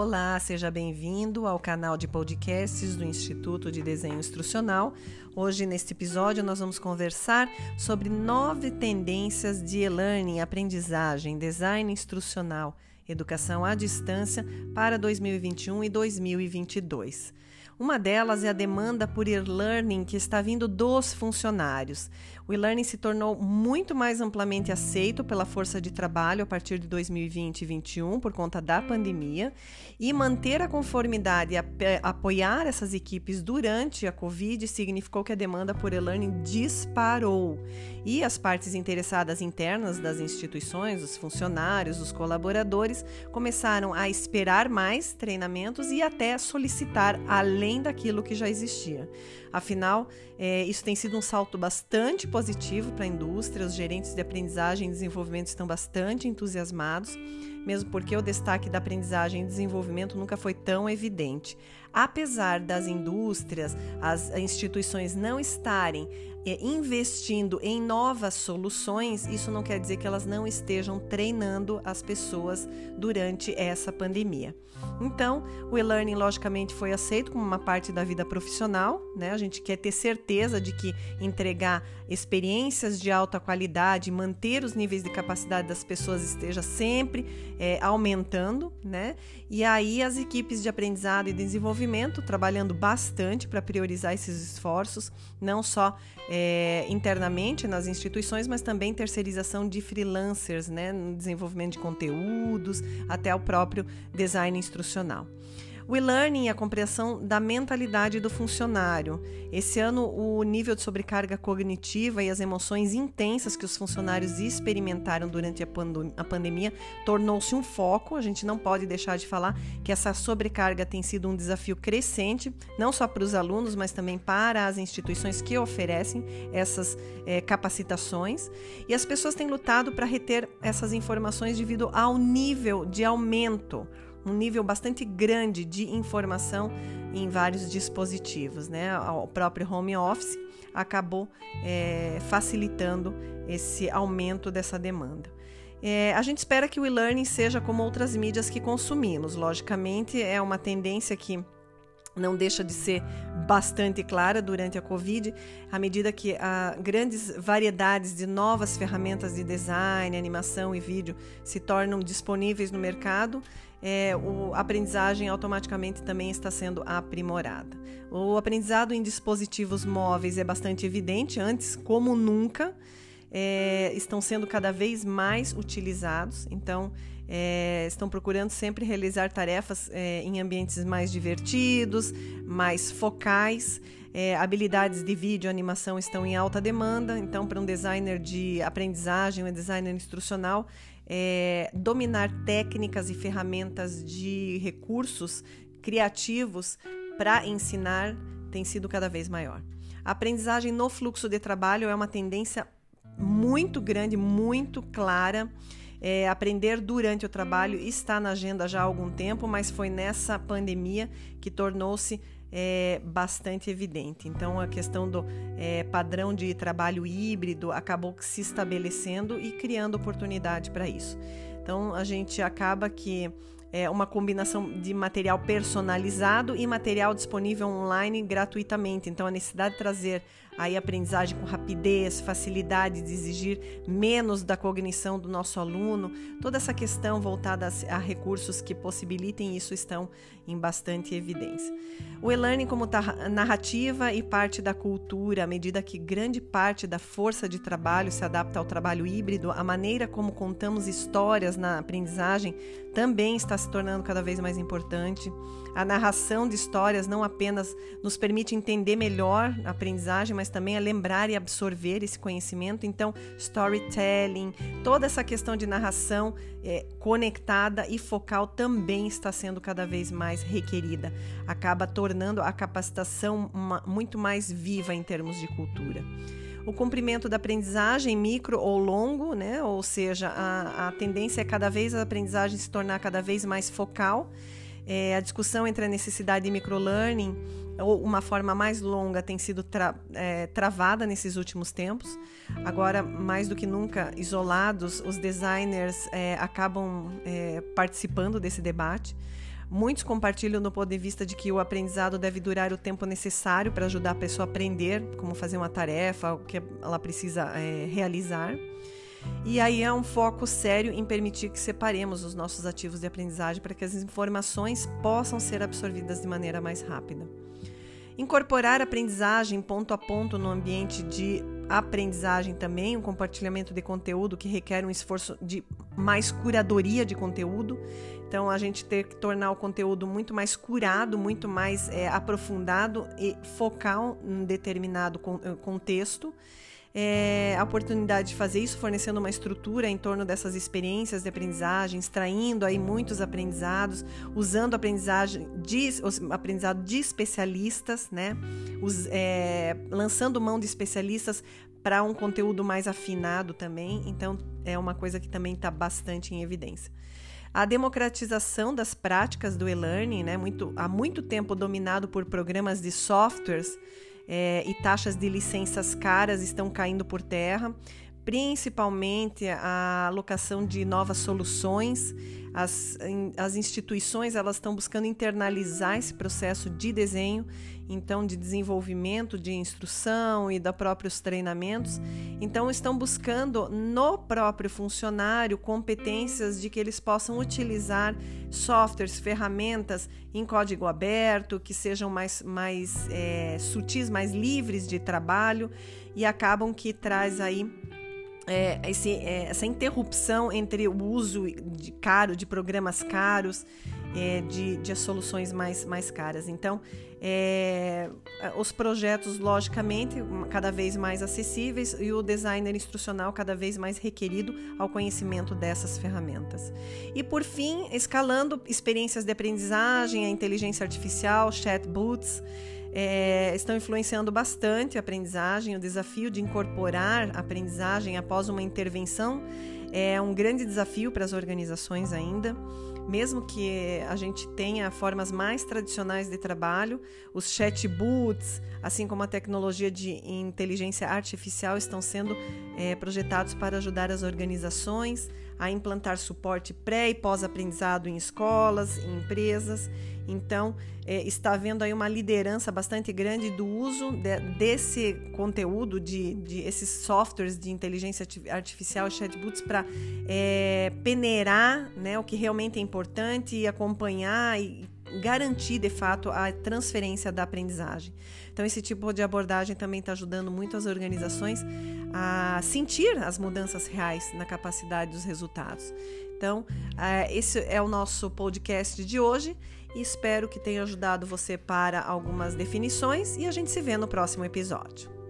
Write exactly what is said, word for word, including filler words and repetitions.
Olá, seja bem-vindo ao canal de podcasts do Instituto de Desenho Instrucional. Hoje, neste episódio, nós vamos conversar sobre nove tendências de e-learning, aprendizagem, design instrucional, educação à distância para dois mil e vinte e um e dois mil e vinte e dois. Uma delas é a demanda por e-learning que está vindo dos funcionários. O e-learning se tornou muito mais amplamente aceito pela força de trabalho a partir de dois mil e vinte e dois mil e vinte e um por conta da pandemia, e manter a conformidade e apoiar essas equipes durante a Covid significou que a demanda por e-learning disparou. E as partes interessadas internas das instituições, os funcionários, os colaboradores, começaram a esperar mais treinamentos e até solicitar além daquilo que já existia. Afinal, é, isso tem sido um salto bastante positivo para a indústria. Os gerentes de aprendizagem e desenvolvimento estão bastante entusiasmados, mesmo porque o destaque da aprendizagem e desenvolvimento nunca foi tão evidente. Apesar das indústrias, as instituições não estarem é, investindo em novas soluções, isso não quer dizer que elas não estejam treinando as pessoas durante essa pandemia. Então, o e-learning, logicamente, foi aceito como uma parte da vida profissional, né? A gente quer ter certeza de que entregar experiências de alta qualidade, manter os níveis de capacidade das pessoas esteja sempre é, aumentando, né? E aí as equipes de aprendizado e desenvolvimento trabalhando bastante para priorizar esses esforços, não só é, internamente nas instituições, mas também terceirização de freelancers, né? No desenvolvimento de conteúdos, até o próprio design instrucional. O e-learning é a compreensão da mentalidade do funcionário. Esse ano, o nível de sobrecarga cognitiva e as emoções intensas que os funcionários experimentaram durante a, pando- a pandemia tornou-se um foco. A gente não pode deixar de falar que essa sobrecarga tem sido um desafio crescente, não só para os alunos, mas também para as instituições que oferecem essas é, capacitações. E as pessoas têm lutado para reter essas informações devido ao nível de aumento, um nível bastante grande de informação em vários dispositivos, né? O próprio home office acabou é, facilitando esse aumento dessa demanda. É, a gente espera que o e-learning seja como outras mídias que consumimos. Logicamente, é uma tendência que não deixa de ser bastante clara durante a Covid, à medida que a grandes variedades de novas ferramentas de design, animação e vídeo se tornam disponíveis no mercado. É, o, a aprendizagem automaticamente também está sendo aprimorada. O aprendizado em dispositivos móveis é bastante evidente, antes como nunca, é, estão sendo cada vez mais utilizados, então é, estão procurando sempre realizar tarefas é, em ambientes mais divertidos, mais focais. É, habilidades de vídeo e animação estão em alta demanda, então para um designer de aprendizagem, um designer instrucional, É, dominar técnicas e ferramentas de recursos criativos para ensinar tem sido cada vez maior. A aprendizagem no fluxo de trabalho é uma tendência muito grande, muito clara. É, aprender durante o trabalho está na agenda já há algum tempo, mas foi nessa pandemia que tornou-se É bastante evidente. Então, a questão do é, padrão de trabalho híbrido acabou se estabelecendo e criando oportunidade para isso. Então, a gente acaba que é uma combinação de material personalizado e material disponível online gratuitamente. Então, a necessidade de trazer aí aprendizagem com rapidez, facilidade de exigir menos da cognição do nosso aluno, toda essa questão voltada a, a recursos que possibilitem isso estão em bastante evidência. O e-learning como narrativa e parte da cultura, à medida que grande parte da força de trabalho se adapta ao trabalho híbrido, a maneira como contamos histórias na aprendizagem também está se tornando cada vez mais importante. A narração de histórias não apenas nos permite entender melhor a aprendizagem, mas também a lembrar e absorver esse conhecimento. Então, storytelling, toda essa questão de narração é, conectada e focal também está sendo cada vez mais requerida. Acaba tornando a capacitação uma, muito mais viva em termos de cultura. O comprimento da aprendizagem, micro ou longo, né? Ou seja, a, a tendência é cada vez a aprendizagem se tornar cada vez mais focal. É, a discussão entre a necessidade de microlearning ou uma forma mais longa tem sido tra- é, travada nesses últimos tempos. Agora, mais do que nunca, isolados, os designers é, acabam é, participando desse debate. Muitos compartilham do ponto de vista de que o aprendizado deve durar o tempo necessário para ajudar a pessoa a aprender como fazer uma tarefa, o que ela precisa é, realizar. E aí é um foco sério em permitir que separemos os nossos ativos de aprendizagem para que as informações possam ser absorvidas de maneira mais rápida. Incorporar aprendizagem ponto a ponto no ambiente de aprendizagem também, um compartilhamento de conteúdo que requer um esforço de mais curadoria de conteúdo. Então, a gente ter que tornar o conteúdo muito mais curado, muito mais é, aprofundado e focar em determinado contexto. É, a oportunidade de fazer isso fornecendo uma estrutura em torno dessas experiências de aprendizagem, extraindo aí muitos aprendizados, usando aprendizagem de, aprendizado de especialistas, né? Os, é, lançando mão de especialistas para um conteúdo mais afinado também. Então, é uma coisa que também está bastante em evidência. A democratização das práticas do e-learning, né? Muito, há muito tempo dominado por programas de softwares, É, e taxas de licenças caras estão caindo por terra, principalmente a alocação de novas soluções. As, as instituições elas estão buscando internalizar esse processo de desenho, então de desenvolvimento, de instrução e da próprios treinamentos. Então estão buscando no próprio funcionário competências de que eles possam utilizar softwares, ferramentas em código aberto, que sejam mais, mais é, sutis, mais livres de trabalho, e acabam que traz aí É, esse, é, essa interrupção entre o uso de caro, de programas caros, é, de, de soluções mais, mais caras. Então, é, os projetos, logicamente, cada vez mais acessíveis e o designer instrucional cada vez mais requerido ao conhecimento dessas ferramentas. E, por fim, escalando experiências de aprendizagem, a inteligência artificial, chatbots, É, estão influenciando bastante a aprendizagem. O desafio de incorporar a aprendizagem após uma intervenção é um grande desafio para as organizações ainda. Mesmo que a gente tenha formas mais tradicionais de trabalho, os chatbots, assim como a tecnologia de inteligência artificial, estão sendo é, projetados para ajudar as organizações a implantar suporte pré- e pós-aprendizado em escolas, em empresas. Então, é, está havendo aí uma liderança bastante grande do uso de, desse conteúdo, de, de esses softwares de inteligência artificial e chatbots para é, peneirar, né, o que realmente é importante e acompanhar e garantir, de fato, a transferência da aprendizagem. Então, esse tipo de abordagem também está ajudando muito as organizações a sentir as mudanças reais na capacidade dos resultados. Então, esse é o nosso podcast de hoje e espero que tenha ajudado você para algumas definições e a gente se vê no próximo episódio.